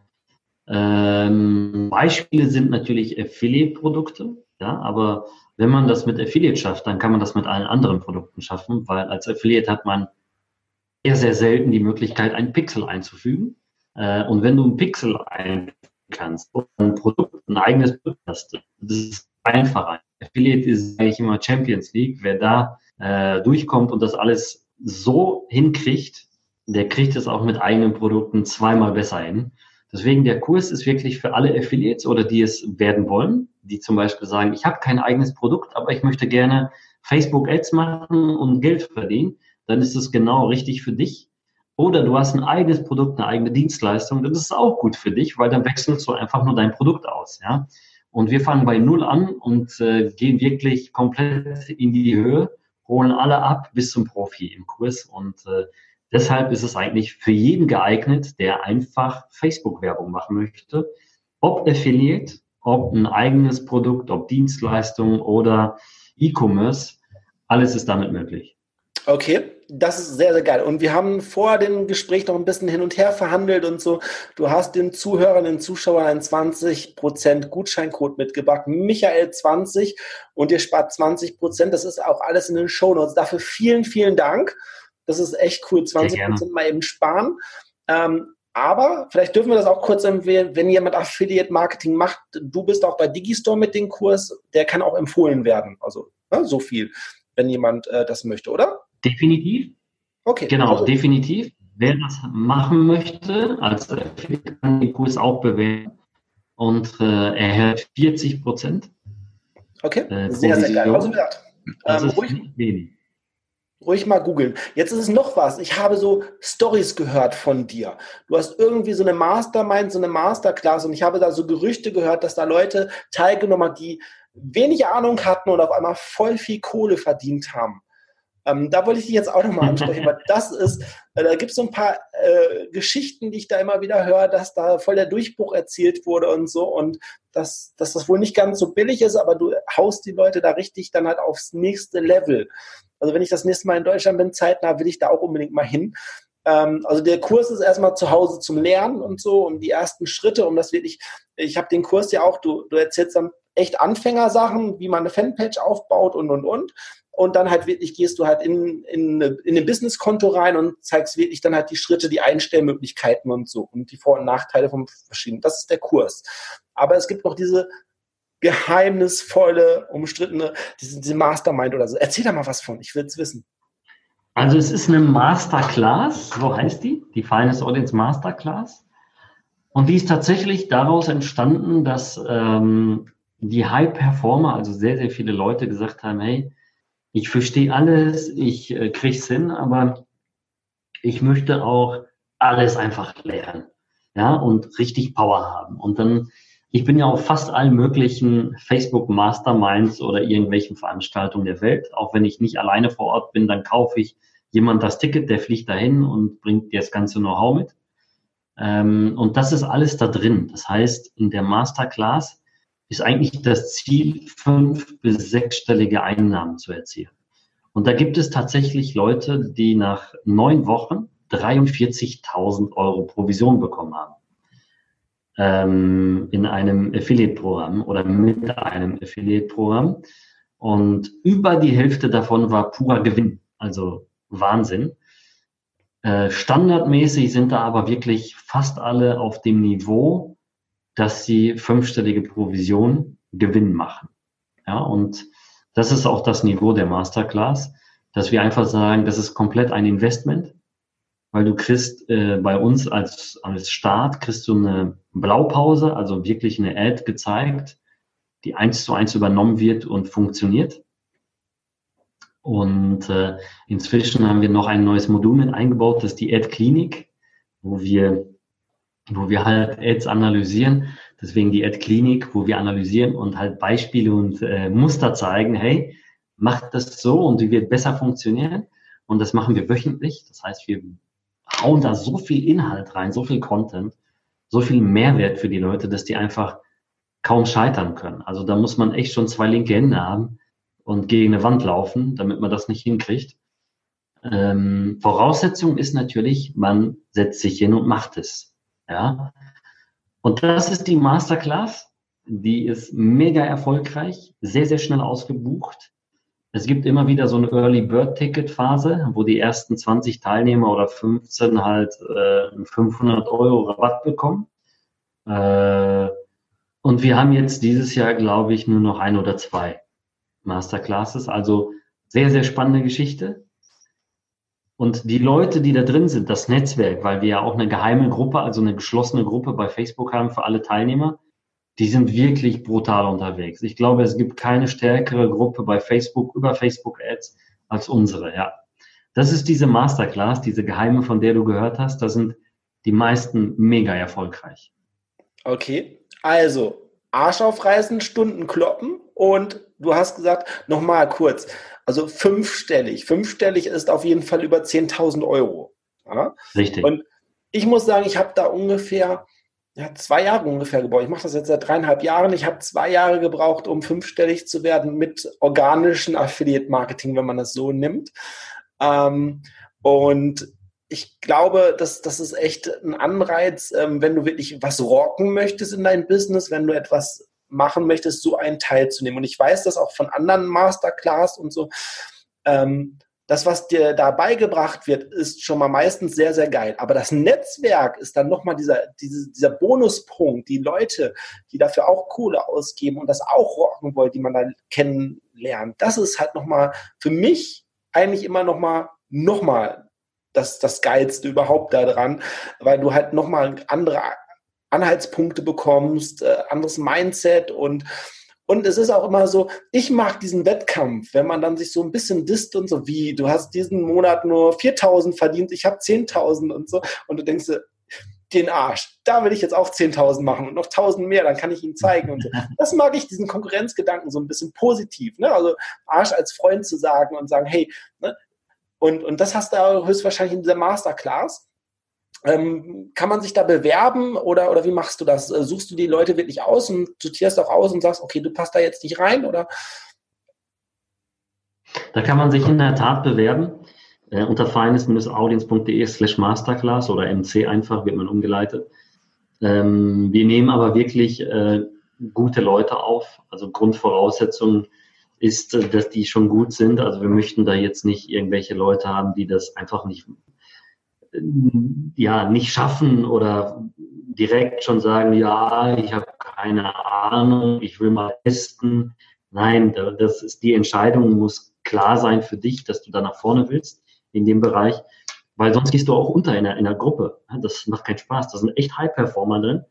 Ähm, Beispiele sind natürlich Affiliate-Produkte, ja, aber wenn man das mit Affiliate schafft, dann kann man das mit allen anderen Produkten schaffen, weil als Affiliate hat man sehr, sehr selten die Möglichkeit, einen Pixel einzufügen. Äh, und wenn du einen Pixel einfügen kannst und ein Produkt, ein eigenes Produkt hast, das ist einfacher. Affiliate ist eigentlich immer Champions League. Wer da äh, durchkommt und das alles so hinkriegt, der kriegt es auch mit eigenen Produkten zweimal besser hin. Deswegen der Kurs ist wirklich für alle Affiliates oder die es werden wollen, die zum Beispiel sagen, ich habe kein eigenes Produkt, aber ich möchte gerne Facebook-Ads machen und Geld verdienen, dann ist es genau richtig für dich. Oder du hast ein eigenes Produkt, eine eigene Dienstleistung, dann ist es auch gut für dich, weil dann wechselst du einfach nur dein Produkt aus. Ja? Und wir fangen bei Null an und äh, gehen wirklich komplett in die Höhe, holen alle ab bis zum Profi im Kurs und äh, deshalb ist es eigentlich für jeden geeignet, der einfach Facebook-Werbung machen möchte. Ob Affiliate, ob ein eigenes Produkt, ob Dienstleistung oder E-Commerce, alles ist damit möglich. Okay, das ist sehr, sehr geil. Und wir haben vor dem Gespräch noch ein bisschen hin und her verhandelt und so. Du hast den Zuhörern, den Zuschauern einen zwanzig Prozent Gutscheincode mitgebracht, Michael zwanzig, und ihr spart zwanzig Prozent. Das ist auch alles in den Shownotes. Dafür vielen, vielen Dank. Das ist echt cool, zwanzig Prozent mal eben sparen. Ähm, aber vielleicht dürfen wir das auch kurz empfehlen, wenn jemand Affiliate-Marketing macht, du bist auch bei Digistore mit dem Kurs, der kann auch empfohlen werden. Also ne, so viel, wenn jemand äh, das möchte, oder? Definitiv. Okay. Genau, also. definitiv. Wer das machen möchte, als Affiliate kann den Kurs auch bewerben und äh, erhält vierzig Prozent. Okay, äh, sehr, sehr geil. Also gesagt, das ähm, ist ruhig, nicht wenig. Ruhig mal googeln. Jetzt ist es noch was. Ich habe so Stories gehört von dir. Du hast irgendwie so eine Mastermind, so eine Masterclass und ich habe da so Gerüchte gehört, dass da Leute teilgenommen haben, die wenig Ahnung hatten und auf einmal voll viel Kohle verdient haben. Ähm, da wollte ich dich jetzt auch nochmal ansprechen, weil das ist, äh, da gibt es so ein paar äh, Geschichten, die ich da immer wieder höre, dass da voll der Durchbruch erzielt wurde und so und dass, dass das wohl nicht ganz so billig ist, aber du haust die Leute da richtig dann halt aufs nächste Level. Also wenn ich das nächste Mal in Deutschland bin, zeitnah, will ich da auch unbedingt mal hin. Ähm, also der Kurs ist erstmal zu Hause zum Lernen und so und die ersten Schritte, um das wirklich, ich habe den Kurs ja auch, du, du erzählst dann echt Anfängersachen, wie man eine Fanpage aufbaut und, und, und. Und dann halt wirklich gehst du halt in, in, in ein Businesskonto rein und zeigst wirklich dann halt die Schritte, die Einstellmöglichkeiten und so und die Vor- und Nachteile von verschiedenen. Das ist der Kurs. Aber es gibt noch diese geheimnisvolle, umstrittene, diese, diese Mastermind oder so. Erzähl da mal was von, ich will es wissen. Also es ist eine Masterclass, so heißt die, die Finest Audience Masterclass. Und die ist tatsächlich daraus entstanden, dass ähm, die High-Performer, also sehr, sehr viele Leute gesagt haben, hey, ich verstehe alles, ich äh, krieg's hin, aber ich möchte auch alles einfach lernen, ja, und richtig Power haben. Und dann, ich bin ja auf fast allen möglichen Facebook Masterminds oder irgendwelchen Veranstaltungen der Welt. Auch wenn ich nicht alleine vor Ort bin, dann kaufe ich jemand das Ticket, der fliegt dahin und bringt dir das ganze Know-how mit. Ähm, und das ist alles da drin. Das heißt, in der Masterclass ist eigentlich das Ziel, fünf- bis sechsstellige Einnahmen zu erzielen. Und da gibt es tatsächlich Leute, die nach neun Wochen dreiundvierzigtausend Euro Provision bekommen haben. Ähm, in einem Affiliate-Programm oder mit einem Affiliate-Programm. Und über die Hälfte davon war purer Gewinn. Also Wahnsinn. Äh, standardmäßig sind da aber wirklich fast alle auf dem Niveau, dass sie fünfstellige Provision Gewinn machen. Ja, und das ist auch das Niveau der Masterclass, dass wir einfach sagen, das ist komplett ein Investment, weil du kriegst äh, bei uns als, als Start kriegst du eine Blaupause, also wirklich eine Ad gezeigt, die eins zu eins übernommen wird und funktioniert. Und äh, inzwischen haben wir noch ein neues Modul mit eingebaut, das ist die Ad-Klinik, wo wir, wo wir halt Ads analysieren. Deswegen die Ad-Klinik, wo wir analysieren und halt Beispiele und äh, Muster zeigen, hey, macht das so und die wird besser funktionieren. Und das machen wir wöchentlich. Das heißt, wir hauen da so viel Inhalt rein, so viel Content, so viel Mehrwert für die Leute, dass die einfach kaum scheitern können. Also da muss man echt schon zwei linke Hände haben und gegen eine Wand laufen, damit man das nicht hinkriegt. Ähm, Voraussetzung ist natürlich, man setzt sich hin und macht es. Ja. Und das ist die Masterclass. Die ist mega erfolgreich, sehr, sehr schnell ausgebucht. Es gibt immer wieder so eine Early Bird Ticket Phase, wo die ersten zwanzig Teilnehmer oder fünfzehn halt äh, fünfhundert Euro Rabatt bekommen. Äh, und wir haben jetzt dieses Jahr, glaube ich, nur noch ein oder zwei Masterclasses. Also sehr, sehr spannende Geschichte. Und die Leute, die da drin sind, das Netzwerk, weil wir ja auch eine geheime Gruppe, also eine geschlossene Gruppe bei Facebook haben für alle Teilnehmer, die sind wirklich brutal unterwegs. Ich glaube, es gibt keine stärkere Gruppe bei Facebook über Facebook Ads als unsere, ja. Das ist diese Masterclass, diese geheime, von der du gehört hast. Da sind die meisten mega erfolgreich. Okay, also Arsch aufreißen, Stunden kloppen und du hast gesagt, nochmal kurz, also fünfstellig. Fünfstellig ist auf jeden Fall über zehntausend Euro. Ja? Richtig. Und ich muss sagen, ich habe da ungefähr ja, zwei Jahre ungefähr gebraucht. Ich mache das jetzt seit dreieinhalb Jahren. Ich habe zwei Jahre gebraucht, um fünfstellig zu werden mit organischen Affiliate-Marketing, wenn man das so nimmt. Ähm, und ich glaube, das, das ist echt ein Anreiz, ähm, wenn du wirklich was rocken möchtest in deinem Business, wenn du etwas machen möchtest, so einen teilzunehmen. Und ich weiß das auch von anderen Masterclass und so. Ähm, das, was dir da beigebracht wird, ist schon mal meistens sehr, sehr geil. Aber das Netzwerk ist dann nochmal dieser, diese, dieser Bonuspunkt, die Leute, die dafür auch Kohle ausgeben und das auch rocken wollen, die man dann kennenlernt. Das ist halt nochmal für mich eigentlich immer nochmal, nochmal das, das Geilste überhaupt daran, weil du halt nochmal andere Anhaltspunkte bekommst, äh, anderes Mindset und Und es ist auch immer so, ich mag diesen Wettkampf, wenn man dann sich so ein bisschen disst und so, wie, du hast diesen Monat nur viertausend verdient, ich habe zehntausend und so. Und du denkst dir, den Arsch, da will ich jetzt auch zehntausend machen und noch tausend mehr, dann kann ich ihn zeigen und so. Das mag ich, diesen Konkurrenzgedanken so ein bisschen positiv, ne? Also Arsch als Freund zu sagen und sagen, hey, ne? Und, und das hast du höchstwahrscheinlich in dieser Masterclass. Ähm, kann man sich da bewerben oder, oder wie machst du das? Suchst du die Leute wirklich aus und sortierst auch aus und sagst, okay, du passt da jetzt nicht rein, oder? Da kann man sich in der Tat bewerben. Äh, unter finest-audience.de slash masterclass oder M C einfach wird man umgeleitet. Ähm, wir nehmen aber wirklich äh, gute Leute auf. Also Grundvoraussetzung ist, dass die schon gut sind. Also wir möchten da jetzt nicht irgendwelche Leute haben, die das einfach nicht ja, nicht schaffen oder direkt schon sagen, ja, ich habe keine Ahnung, ich will mal testen. Nein, das ist, die Entscheidung muss klar sein für dich, dass du da nach vorne willst in dem Bereich, weil sonst gehst du auch unter in der, in der Gruppe. Das macht keinen Spaß. Da sind echt High-Performer drin,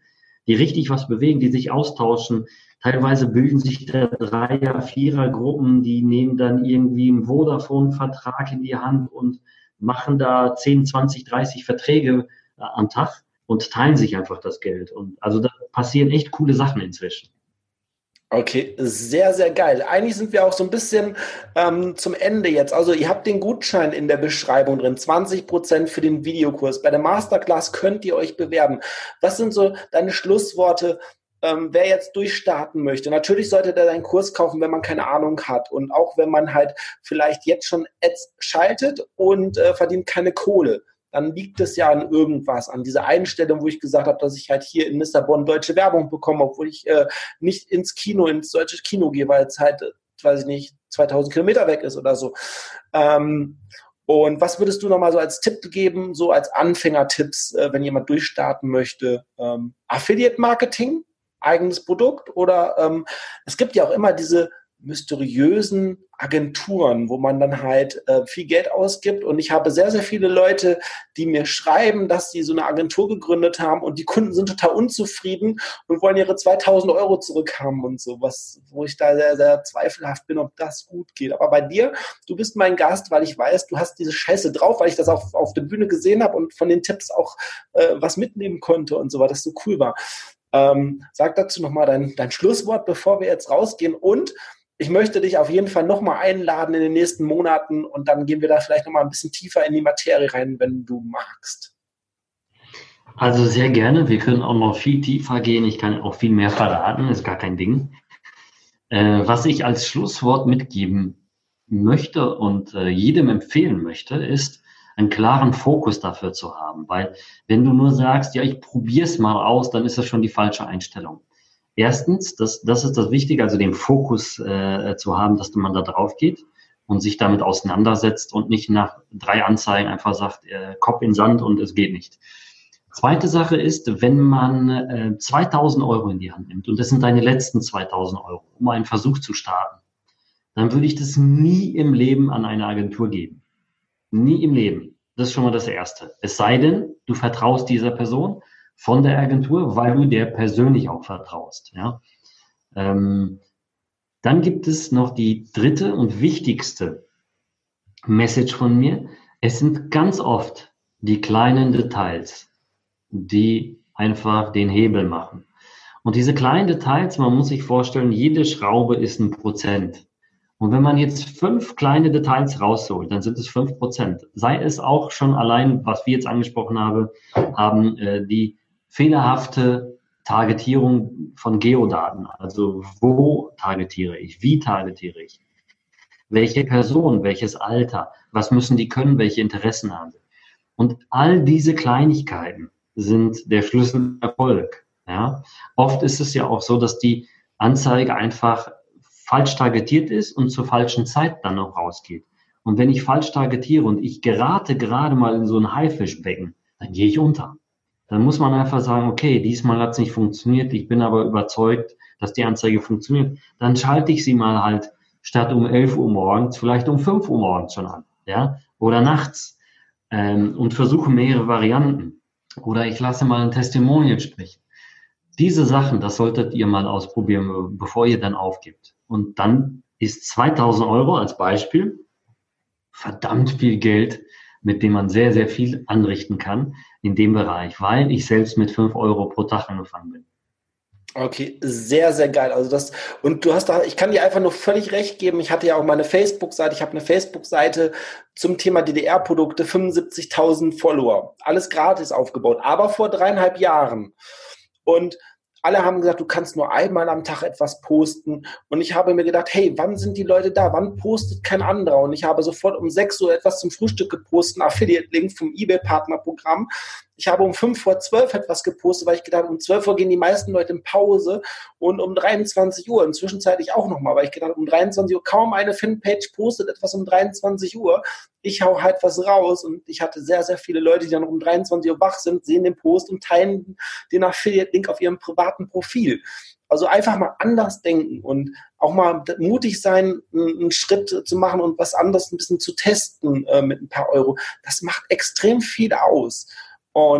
die richtig was bewegen, die sich austauschen. Teilweise bilden sich da Dreier-, Vierer-Gruppen, die nehmen dann irgendwie einen Vodafone-Vertrag in die Hand und machen da zehn, zwanzig, dreißig Verträge äh, am Tag und teilen sich einfach das Geld. Und also da passieren echt coole Sachen inzwischen. Okay, sehr, sehr geil. Eigentlich sind wir auch so ein bisschen ähm, zum Ende jetzt. Also ihr habt den Gutschein in der Beschreibung drin, zwanzig Prozent für den Videokurs. Bei der Masterclass könnt ihr euch bewerben. Was sind so deine Schlussworte, ähm, wer jetzt durchstarten möchte? Natürlich sollte der deinen Kurs kaufen, wenn man keine Ahnung hat und auch wenn man halt vielleicht jetzt schon Ads schaltet und äh, verdient keine Kohle. Dann liegt es ja an irgendwas, an dieser Einstellung, wo ich gesagt habe, dass ich halt hier in Lissabon deutsche Werbung bekomme, obwohl ich äh, nicht ins Kino, ins deutsche Kino gehe, weil es halt, weiß ich nicht, zweitausend Kilometer weg ist oder so. Ähm, und was würdest du nochmal so als Tipp geben, so als Anfängertipps, äh, wenn jemand durchstarten möchte? Ähm, Affiliate-Marketing, eigenes Produkt oder ähm, es gibt ja auch immer diese mysteriösen Agenturen, wo man dann halt äh, viel Geld ausgibt. Und ich habe sehr, sehr viele Leute, die mir schreiben, dass sie so eine Agentur gegründet haben und die Kunden sind total unzufrieden und wollen ihre zweitausend Euro zurückhaben und so, was, wo ich da sehr, sehr zweifelhaft bin, ob das gut geht. Aber bei dir, du bist mein Gast, weil ich weiß, du hast diese Scheiße drauf, weil ich das auf, auf der Bühne gesehen habe und von den Tipps auch äh, was mitnehmen konnte und so, weil das so cool war. Ähm, sag dazu nochmal dein, dein Schlusswort, bevor wir jetzt rausgehen. Und ich möchte dich auf jeden Fall nochmal einladen in den nächsten Monaten und dann gehen wir da vielleicht nochmal ein bisschen tiefer in die Materie rein, wenn du magst. Also sehr gerne. Wir können auch noch viel tiefer gehen. Ich kann auch viel mehr verraten, ist gar kein Ding. Äh, was ich als Schlusswort mitgeben möchte und äh, jedem empfehlen möchte, ist, einen klaren Fokus dafür zu haben. Weil wenn du nur sagst, ja, ich probiere es mal aus, dann ist das schon die falsche Einstellung. Erstens, das, das ist das Wichtige, also den Fokus äh, zu haben, dass man da drauf geht und sich damit auseinandersetzt und nicht nach drei Anzeigen einfach sagt, äh, Kopf in Sand und es geht nicht. Zweite Sache ist, wenn man äh, zweitausend Euro in die Hand nimmt und das sind deine letzten zweitausend Euro, um einen Versuch zu starten, dann würde ich das nie im Leben an eine Agentur geben. Nie im Leben. Das ist schon mal das Erste. Es sei denn, du vertraust dieser Person von der Agentur, weil du der persönlich auch vertraust. Ja? Ähm, dann gibt es noch die dritte und wichtigste Message von mir. Es sind ganz oft die kleinen Details, die einfach den Hebel machen. Und diese kleinen Details, man muss sich vorstellen, jede Schraube ist ein Prozent. Und wenn man jetzt fünf kleine Details rausholt, dann sind es fünf Prozent. Sei es auch schon allein, was wir jetzt angesprochen haben, haben äh, die fehlerhafte Targetierung von Geodaten. Also wo targetiere ich? Wie targetiere ich? Welche Person? Welches Alter? Was müssen die können? Welche Interessen haben sie? Und all diese Kleinigkeiten sind der Schlüssel zum Erfolg. Ja? Oft ist es ja auch so, dass die Anzeige einfach falsch targetiert ist und zur falschen Zeit dann noch rausgeht. Und wenn ich falsch targetiere und ich gerate gerade mal in so ein Haifischbecken, dann gehe ich unter. Dann muss man einfach sagen, okay, diesmal hat es nicht funktioniert, ich bin aber überzeugt, dass die Anzeige funktioniert. Dann schalte ich sie mal halt statt um elf Uhr morgens, vielleicht um fünf Uhr morgens schon an, ja, oder nachts ähm, und versuche mehrere Varianten. Oder ich lasse mal ein Testimonial sprechen. Diese Sachen, das solltet ihr mal ausprobieren, bevor ihr dann aufgibt. Und dann ist zweitausend Euro als Beispiel verdammt viel Geld, mit dem man sehr, sehr viel anrichten kann in dem Bereich, weil ich selbst mit fünf Euro pro Tag angefangen bin. Okay, sehr, sehr geil. Also das, und du hast da, ich kann dir einfach nur völlig recht geben. Ich hatte ja auch meine Facebook-Seite. Ich habe eine Facebook-Seite zum Thema D D R-Produkte, fünfundsiebzigtausend Follower. Alles gratis aufgebaut, aber vor dreieinhalb Jahren. Und alle haben gesagt, du kannst nur einmal am Tag etwas posten. Und ich habe mir gedacht, hey, wann sind die Leute da? Wann postet kein anderer? Und ich habe sofort um sechs Uhr etwas zum Frühstück gepostet, einen Affiliate-Link vom eBay-Partnerprogramm. Ich habe um fünf vor zwölf etwas gepostet, weil ich gedacht habe, um zwölf Uhr gehen die meisten Leute in Pause und um dreiundzwanzig Uhr, inzwischen zeitlich auch nochmal, weil ich gedacht habe, um dreiundzwanzig Uhr, kaum eine Fanpage postet etwas um dreiundzwanzig Uhr. Ich hau halt was raus und ich hatte sehr, sehr viele Leute, die dann um dreiundzwanzig Uhr wach sind, sehen den Post und teilen den Affiliate-Link auf ihrem privaten Profil. Also einfach mal anders denken und auch mal mutig sein, einen Schritt zu machen und was anderes ein bisschen zu testen äh, mit ein paar Euro. Das macht extrem viel aus. Und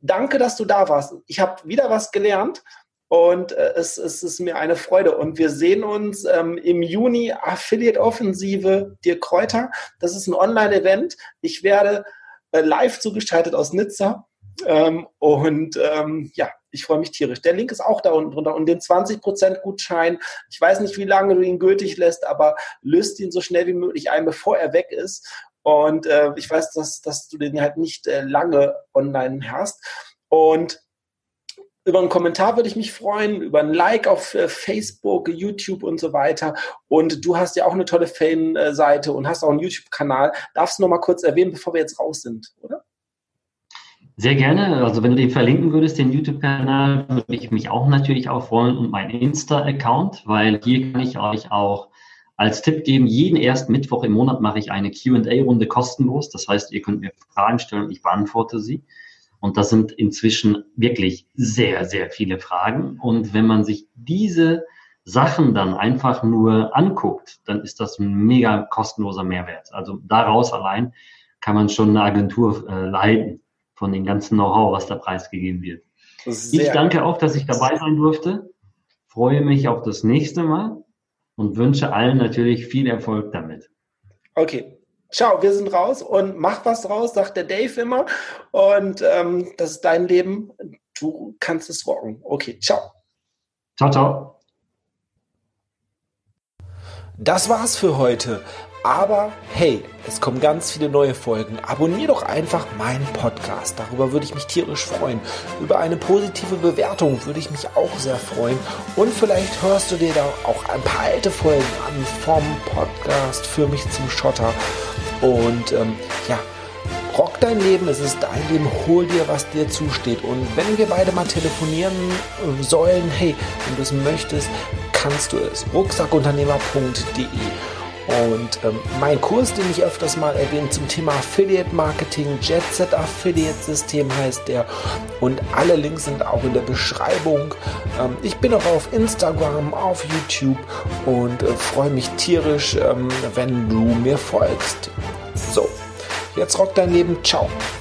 danke, dass du da warst. Ich habe wieder was gelernt. Und äh, es, es ist mir eine Freude. Und wir sehen uns ähm, im Juni, Affiliate-Offensive Dirk Kräuter. Das ist ein Online-Event. Ich werde äh, live zugeschaltet aus Nizza. Ähm, und ähm, ja, ich freue mich tierisch. Der Link ist auch da unten drunter. Und den zwanzig Prozent Gutschein, ich weiß nicht, wie lange du ihn gültig lässt, aber löst ihn so schnell wie möglich ein, bevor er weg ist. Und äh, ich weiß, dass, dass du den halt nicht äh, lange online hast. Und über einen Kommentar würde ich mich freuen, über ein Like auf äh, Facebook, YouTube und so weiter. Und du hast ja auch eine tolle Fan-Seite und hast auch einen YouTube-Kanal. Darfst du noch mal kurz erwähnen, bevor wir jetzt raus sind, oder? Sehr gerne. Also wenn du den verlinken würdest, den YouTube-Kanal, würde ich mich auch natürlich auch freuen und meinen Insta-Account, weil hier kann ich euch auch als Tipp geben, jeden ersten Mittwoch im Monat mache ich eine Q und A-Runde kostenlos. Das heißt, ihr könnt mir Fragen stellen und ich beantworte sie. Und das sind inzwischen wirklich sehr, sehr viele Fragen. Und wenn man sich diese Sachen dann einfach nur anguckt, dann ist das ein mega kostenloser Mehrwert. Also daraus allein kann man schon eine Agentur äh, leiten von dem ganzen Know-how, was da preisgegeben wird. Ich danke auch, dass ich dabei sein durfte. Freue mich auf das nächste Mal und wünsche allen natürlich viel Erfolg damit. Okay. Ciao, wir sind raus und mach was draus, sagt der Dave immer. Und ähm, das ist dein Leben. Du kannst es rocken. Okay, ciao. Ciao, ciao. Das war's für heute. Aber hey, es kommen ganz viele neue Folgen. Abonnier doch einfach meinen Podcast. Darüber würde ich mich tierisch freuen. Über eine positive Bewertung würde ich mich auch sehr freuen. Und vielleicht hörst du dir da auch ein paar alte Folgen an vom Podcast Für mich zum Schotter. Und ähm, ja, rock dein Leben, es ist dein Leben, hol dir, was dir zusteht. Und wenn wir beide mal telefonieren sollen, hey, wenn du es möchtest, kannst du es. rucksackunternehmer punkt de. Und ähm, mein Kurs, den ich öfters mal erwähne zum Thema Affiliate Marketing, Jet Set Affiliate System heißt der. Und alle Links sind auch in der Beschreibung. Ähm, ich bin auch auf Instagram, auf YouTube und äh, freue mich tierisch, ähm, wenn du mir folgst. So, jetzt rock dein Leben. Ciao.